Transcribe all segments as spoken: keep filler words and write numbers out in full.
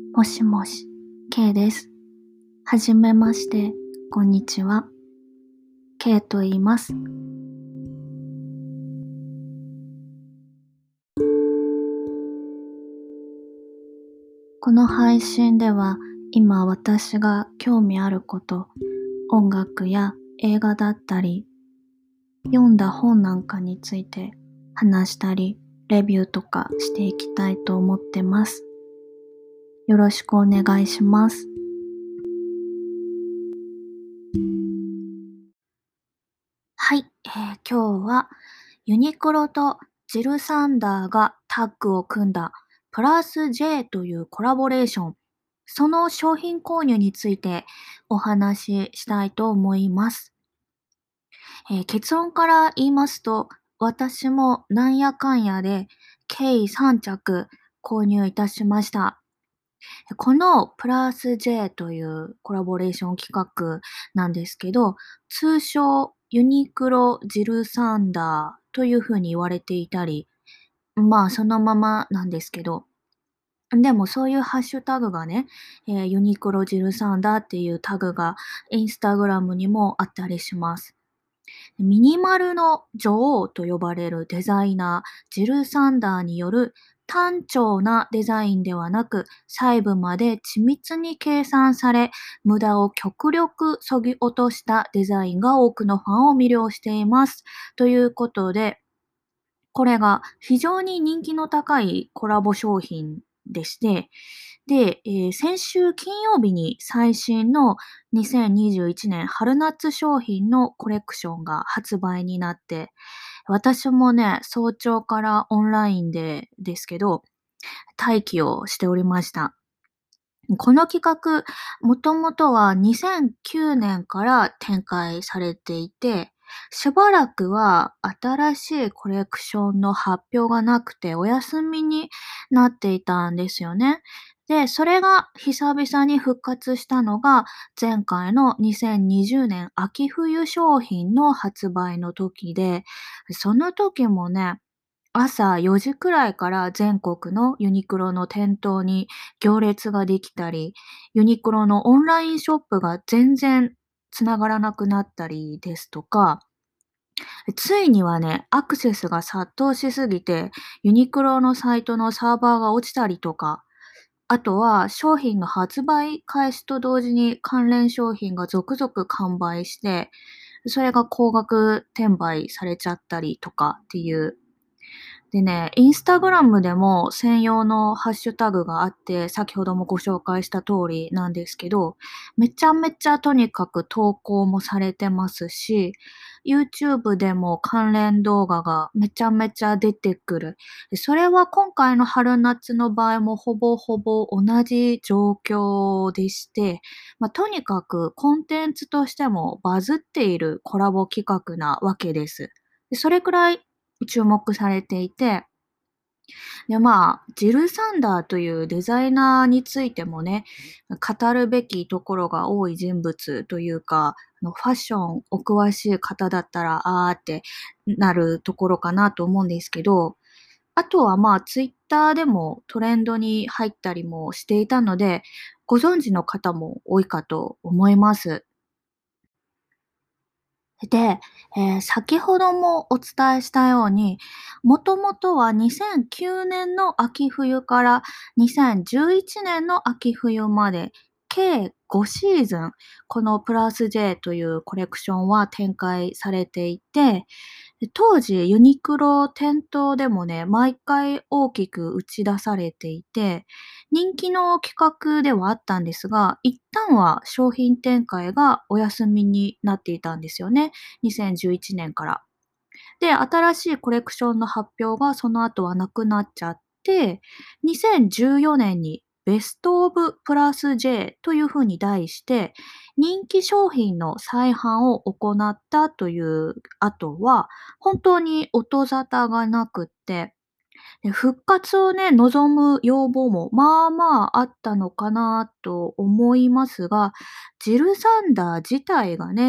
もしもし、K です。はじめまして、こんにちは。K と言います。この配信では、今私が興味あること、音楽や映画だったり、読んだ本なんかについて話したり、レビューとかしていきたいと思ってます。よろしくお願いします。はい、えー今日はユニクロとジルサンダーがタッグを組んだプラス J というコラボレーション、その商品購入についてお話ししたいと思います。えー結論から言いますと、私もなんやかんやで計さん着購入いたしました。このプラス J というコラボレーション企画なんですけど、通称ユニクロジルサンダーというふうに言われていたり、まあそのままなんですけど、でもそういうハッシュタグがね、えーユニクロジルサンダーっていうタグがインスタグラムにもあったりします。ミニマルの女王と呼ばれるデザイナー、ジル・サンダーによる単調なデザインではなく、細部まで緻密に計算され、無駄を極力削ぎ落としたデザインが多くのファンを魅了しています。ということで、これが非常に人気の高いコラボ商品でして、で、えー先週金曜日に最新のにせんにじゅういちねん春夏商品のコレクションが発売になって、私もね、早朝からオンラインでですけど、待機をしておりました。この企画、もともとはにせんきゅうねんから展開されていて、しばらくは新しいコレクションの発表がなくてお休みになっていたんですよね。で、それが久々に復活したのが前回のにせんにじゅうねん秋冬商品の発売の時で、その時もね、朝よじくらいから全国のユニクロの店頭に行列ができたり、ユニクロのオンラインショップが全然繋がらなくなったりですとか、ついにはね、アクセスが殺到しすぎて、ユニクロのサイトのサーバーが落ちたりとか、あとは商品の発売開始と同時に関連商品が続々完売して、それが高額転売されちゃったりとかっていうでね、インスタグラムでも専用のハッシュタグがあって、先ほどもご紹介した通りなんですけど、めちゃめちゃとにかく投稿もされてますし、YouTube でも関連動画がめちゃめちゃ出てくる。でそれは今回の春夏の場合もほぼほぼ同じ状況でして、まあ、とにかくコンテンツとしてもバズっているコラボ企画なわけです。でそれくらい注目されていて、で、まあ、ジル・サンダーというデザイナーについてもね、語るべきところが多い人物というか、あのファッションお詳しい方だったら、あーってなるところかなと思うんですけど、あとはまあ、ツイッターでもトレンドに入ったりもしていたので、ご存知の方も多いかと思います。で、えー先ほどもお伝えしたように、もともとはにせんきゅうねんの秋冬からにせんじゅういちねんの秋冬まで、計ごシーズン、このプラス J というコレクションは展開されていて、で、当時ユニクロ店頭でもね、毎回大きく打ち出されていて、人気の企画ではあったんですが、一旦は商品展開がお休みになっていたんですよね。にせんじゅういちねんから。で、新しいコレクションの発表がその後はなくなっちゃって、にせんじゅうよねんにベストオブプラス J というふうに題して、人気商品の再販を行ったという後は、本当に音沙汰がなくって、で復活をね、望む要望もまあまああったのかなと思いますが、ジルサンダー自体がね、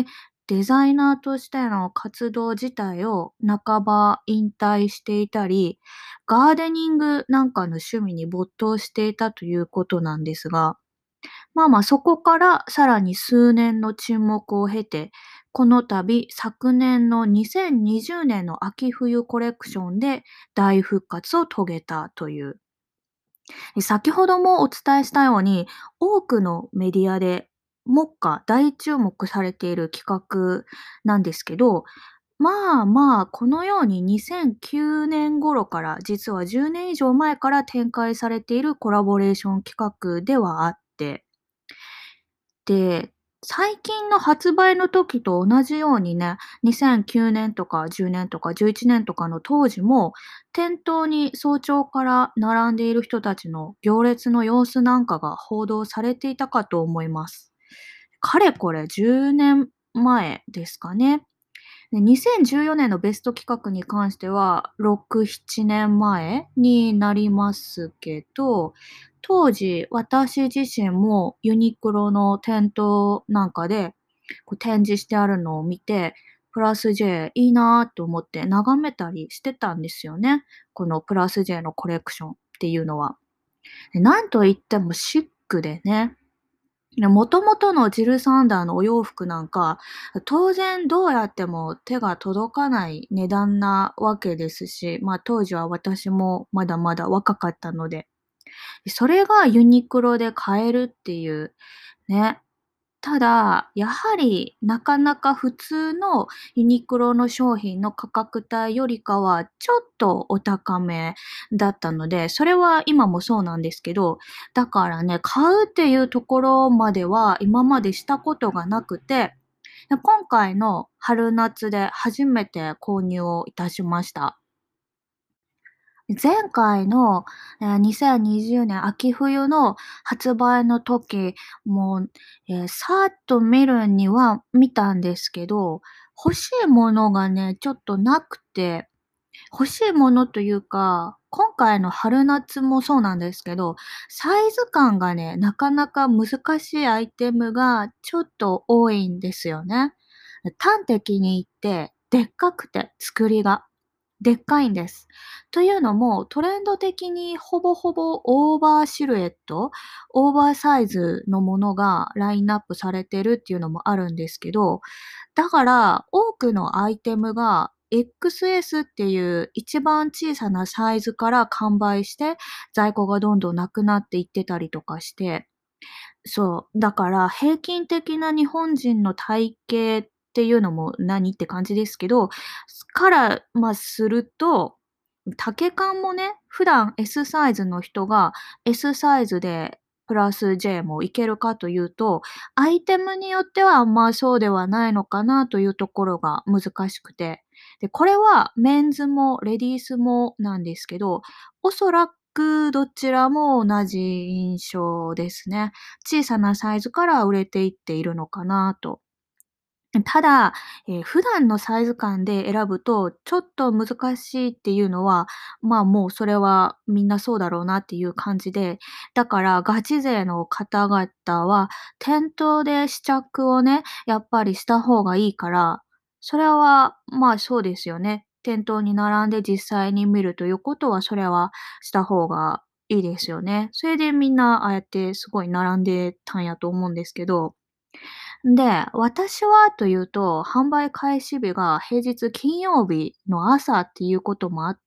デザイナーとしての活動自体を半ば引退していたり、ガーデニングなんかの趣味に没頭していたということなんですが、まあまあそこからさらに数年の沈黙を経て、この度昨年のにせんにじゅうねんの秋冬コレクションで大復活を遂げたという。先ほどもお伝えしたように、多くのメディアで目下大注目されている企画なんですけど、まあまあ、このようににせんきゅうねん頃から、実はじゅうねん以上前から展開されているコラボレーション企画ではあって、で、最近の発売の時と同じようにね、にせんきゅうねんとかじゅうねんとかじゅういちねんとかの当時も、店頭に早朝から並んでいる人たちの行列の様子なんかが報道されていたかと思います。かれこれじゅうねんまえですかね。で、にせんじゅうよねんのベスト企画に関しては、ろく、ななねんまえになりますけど、当時、私自身もユニクロの店頭なんかで、こう展示してあるのを見て、プラス J いいなと思って眺めたりしてたんですよね。このプラス J のコレクションっていうのは。で、なんといってもシックでね、もともとのジル・サンダーのお洋服なんか、当然どうやっても手が届かない値段なわけですし、まあ当時は私もまだまだ若かったので、それがユニクロで買えるっていう、ね。ただ、やはりなかなか普通のユニクロの商品の価格帯よりかはちょっとお高めだったので、それは今もそうなんですけど、だからね、買うっていうところまでは今までしたことがなくて、今回の春夏で初めて購入をいたしました。前回の、えー、にせんにじゅうねん秋冬の発売の時も、えー、さーっと見るには見たんですけど、欲しいものがね、ちょっとなくて、欲しいものというか、今回の春夏もそうなんですけど、サイズ感がね、なかなか難しいアイテムがちょっと多いんですよね。端的に言って、でっかくて作りが。でっかいんです。というのも、トレンド的にほぼほぼオーバーシルエット、オーバーサイズのものがラインナップされてるっていうのもあるんですけど、だから多くのアイテムが エックスエス っていう一番小さなサイズから完売して、在庫がどんどんなくなっていってたりとかして、そう、だから平均的な日本人の体型っていうのも何って感じですけど、から、まあ、すると、丈感もね、普段 エス サイズの人が エス サイズでプラス J もいけるかというと、アイテムによっては、まあ、そうではないのかなというところが難しくて。で、これはメンズもレディースもなんですけど、おそらくどちらも同じ印象ですね。小さなサイズから売れていっているのかなと。ただ、えー普段のサイズ感で選ぶと、ちょっと難しいっていうのは、まあ、もうそれはみんなそうだろうなっていう感じで、だからガチ勢の方々は、店頭で試着をね、やっぱりした方がいいから、それは、まあ、そうですよね。店頭に並んで実際に見るということは、それはした方がいいですよね。それでみんなああやってすごい並んでたんやと思うんですけど、で、私はというと、販売開始日が平日金曜日の朝っていうこともあって、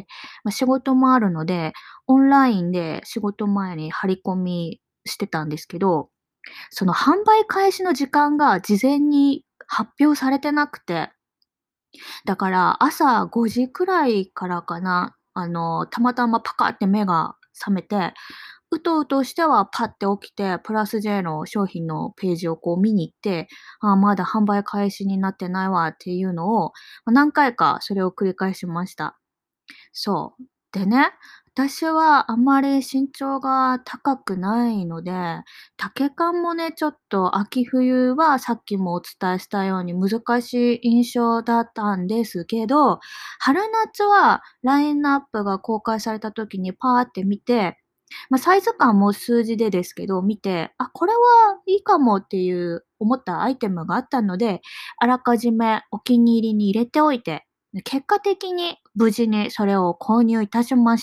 ま、仕事もあるので、オンラインで仕事前に張り込みしてたんですけど、その販売開始の時間が事前に発表されてなくて、だから朝ごじくらいからかな、あの、たまたまパカって目が覚めて、うとうとしてはパッて起きて、プラス J の商品のページをこう見に行って、ああ、まだ販売開始になってないわっていうのを、ま、何回かそれを繰り返しました。そう。でね、私はあまり身長が高くないので、丈感もね、ちょっと秋冬はさっきもお伝えしたように難しい印象だったんですけど、春夏はラインナップが公開された時にパーって見て、 まあ、サイズ感も数字でですけど、見て、あ、これはいいかもっていう思ったアイテムがあったので、あらかじめお気に入りに入れておいて、で、結果的に無事にそれを購入いたしました。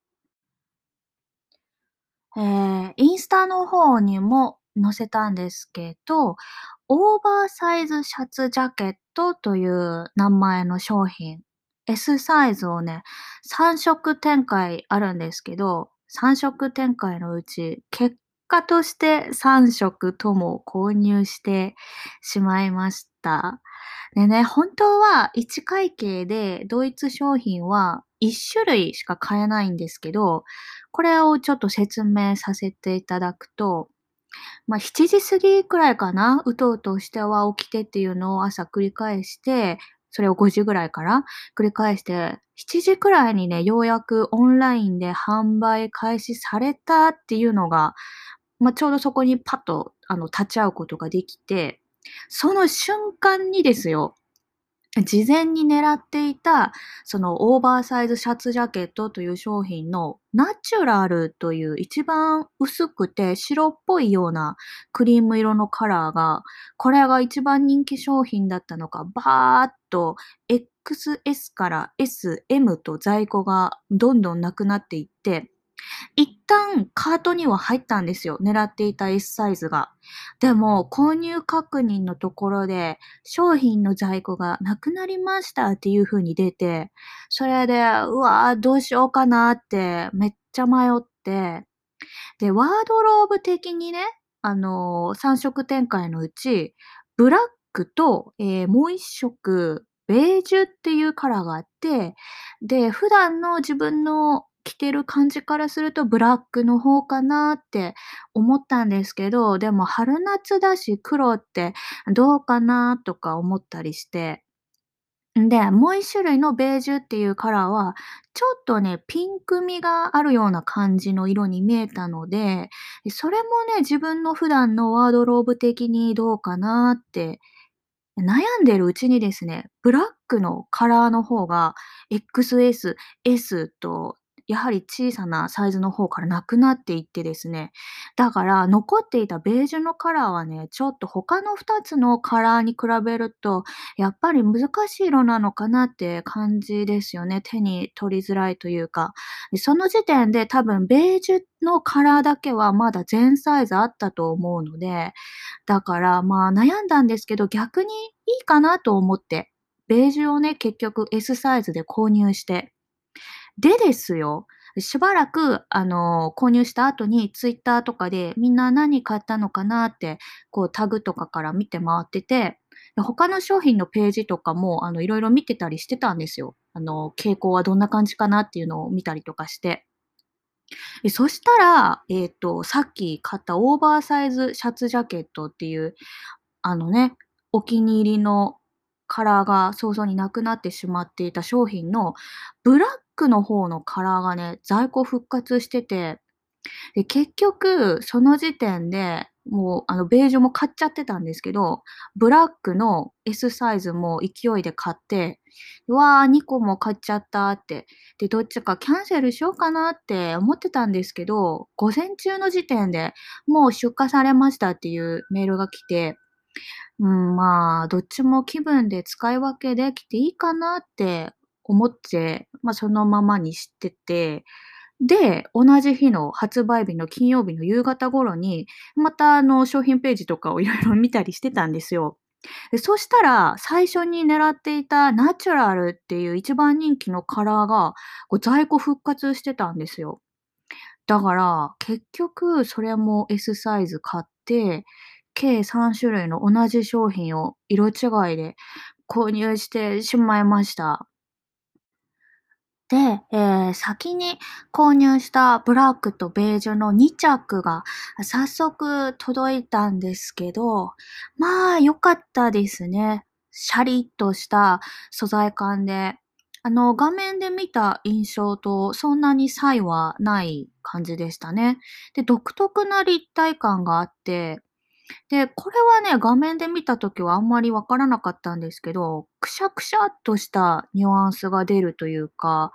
ええ、インスタの方にも載せたんですけど、オーバーサイズシャツジャケットという名前の商品。S サイズをね、さん色展開あるんですけど、さん色展開のうち、結果としてさん色とも購入してしまいました。でね、本当はいち会計で同一商品はいっ種類しか買えないんですけど、これをちょっと説明させていただくと、まあ、しちじ過ぎくらいかな、うとうとしては起きてっていうのを朝繰り返して、それをごじぐらいから繰り返して、しちじくらいにね、ようやくオンラインで販売開始されたっていうのが、まあ、ちょうどそこにパッとあの立ち会うことができて、その瞬間にですよ、事前に狙っていた、そのオーバーサイズシャツジャケットという商品のナチュラルという一番薄くて白っぽいようなクリーム色のカラーが、これが一番人気商品だったのか、バーっと エックスエス から エス、エム と在庫がどんどんなくなっていって、一旦カートには入ったんですよ、狙っていた S サイズが。でも、購入確認のところで、商品の在庫がなくなりましたっていう風に出て、それで、うわ、どうしようかなってめっちゃ迷って、で、ワードローブ的にね、あの、さん色展開のうち、ブラックと、えーもういっ色、ベージュっていうカラーがあって、で、普段の自分の着てる感じからするとブラックの方かなって思ったんですけど、でも春夏だし黒ってどうかなとか思ったりして、んで、もう一種類のベージュっていうカラーは、ちょっとね、ピンク味があるような感じの色に見えたので、それもね、自分の普段のワードローブ的にどうかなって悩んでるうちにですね、ブラックのカラーの方が エックスエス、S と、やはり小さなサイズの方からなくなっていってですね、だから残っていたベージュのカラーはね、ちょっと他のふたつのカラーに比べると、やっぱり難しい色なのかなって感じですよね。手に取りづらいというか。で、その時点で多分ベージュのカラーだけはまだ全サイズあったと思うので、だから、まあ、悩んだんですけど、逆にいいかなと思って、ベージュをね、結局 S サイズで購入して、でですよ、しばらく、あの、購入した後にツイッターとかでみんな何買ったのかなって、こうタグとかから見て回ってて、で、他の商品のページとかも、あの、いろいろ見てたりしてたんですよ。あの、傾向はどんな感じかなっていうのを見たりとかして。え、そしたら、えっと、さっき買ったオーバーサイズシャツジャケットっていうあのね、お気に入りのカラーが早々になくなってしまっていた商品のブラックの方のカラーがね、在庫復活してて、で、結局その時点で、もうあのベージュも買っちゃってたんですけど、ブラックの S サイズも勢いで買って、うわあ、にこも買っちゃったって。で、どっちかキャンセルしようかなって思ってたんですけど、午前中の時点でもう出荷されましたっていうメールが来て、うん、まあ、どっちも気分で使い分けできていいかなって思って、ま、そのままにしてて、で、同じ日の発売日の金曜日の夕方頃に、またあの商品ページとかをいろいろ見たりしてたんですよ。で、そしたら、最初に狙っていたナチュラルっていう一番人気のカラーが、こう在庫復活してたんですよ。だから、結局それも S サイズ買って、計さん種類の同じ商品を色違いで購入してしまいました。で、えー先に購入したブラックとベージュのに着が早速届いたんですけど、まあ良かったですね。シャリッとした素材感で、あの画面で見た印象とそんなに差異はない感じでしたね。で、独特な立体感があって、で、これはね、画面で見た時はあんまりわからなかったんですけど、くしゃくしゃっとしたニュアンスが出るというか、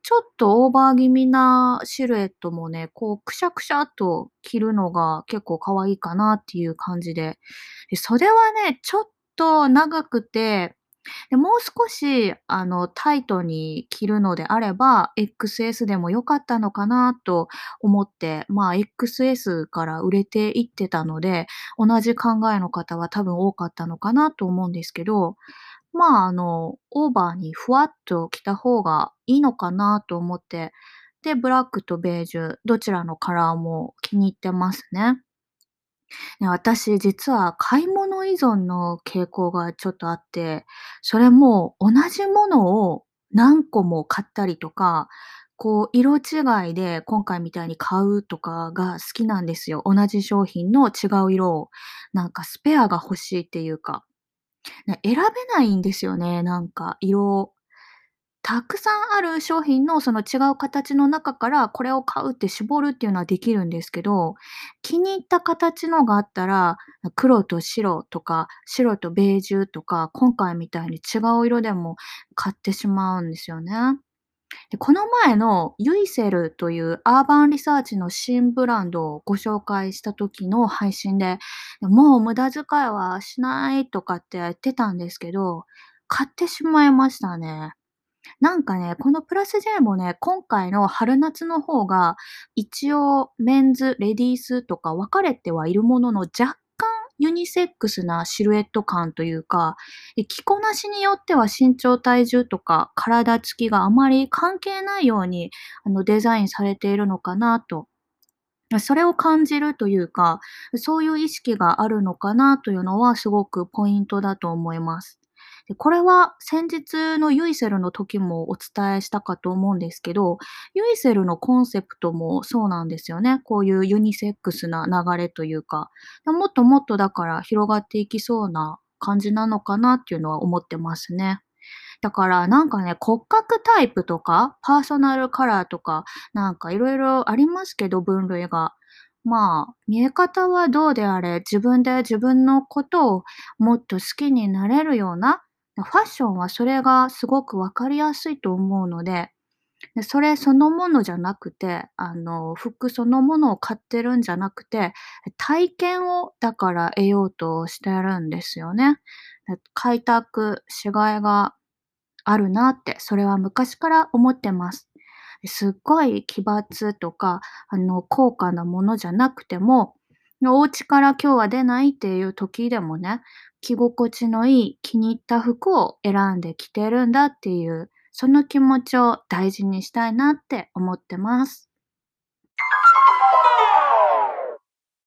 ちょっとオーバー気味なシルエットもね、こう、くしゃくしゃっと着るのが結構可愛いかなっていう感じで。で、袖はね、ちょっと長くて、で、もう少し、あの、タイトに着るのであれば、エックスエス でも良かったのかなと思って、まあ、エックスエス から売れていってたので、同じ考えの方は多分多かったのかなと思うんですけど、まあ、あの、オーバーにふわっと着た方がいいのかなと思って、で、ブラックとベージュ、どちらのカラーも気に入ってますね。ね、私実は買い物依存の傾向がちょっとあって、それも同じものを何個も買ったりとか、こう色違いで今回みたいに買うとかが好きなんですよ。同じ商品の違う色を、なんかスペアが欲しいっていうか。ね、選べないんですよね、なんか色たくさんある商品のその違う形の中からこれを買うって絞るっていうのはできるんですけど、気に入った形のがあったら、黒と白とか、白とベージュとか、今回みたいに違う色でも買ってしまうんですよね。で、この前のユイセルというアーバンリサーチの新ブランドをご紹介した時の配信で、もう無駄遣いはしないとかって言ってたんですけど、買ってしまいましたね。なんかね、このプラス J もね、今回の春夏の方が、一応メンズ、レディースとか分かれてはいるものの、若干ユニセックスなシルエット感というか、え着こなしによっては身長体重とか体つきがあまり関係ないように、あの、デザインされているのかなとそれを感じるというか、そういう意識があるのかなというのはすごくポイントだと思います。で、これは先日のユイセルの時もお伝えしたかと思うんですけど、ユイセルのコンセプトもそうなんですよね。こういうユニセックスな流れというか、もっともっとだから広がっていきそうな感じなのかなっていうのは思ってますね。だからなんかね、骨格タイプとか、パーソナルカラーとか、なんかいろいろありますけど、分類が。まあ、見え方はどうであれ、自分で自分のことをもっと好きになれるような、ファッションはそれがすごくわかりやすいと思うので、で、それそのものじゃなくて、あの、服そのものを買ってるんじゃなくて、体験をだから得ようとしてるんですよね。開拓しがいがあるなって、それは昔から思ってます。すっごい奇抜とか、あの、高価なものじゃなくても、お家から今日は出ないっていう時でもね、着心地のいい気に入った服を選んで着てるんだっていう、その気持ちを大事にしたいなって思ってます。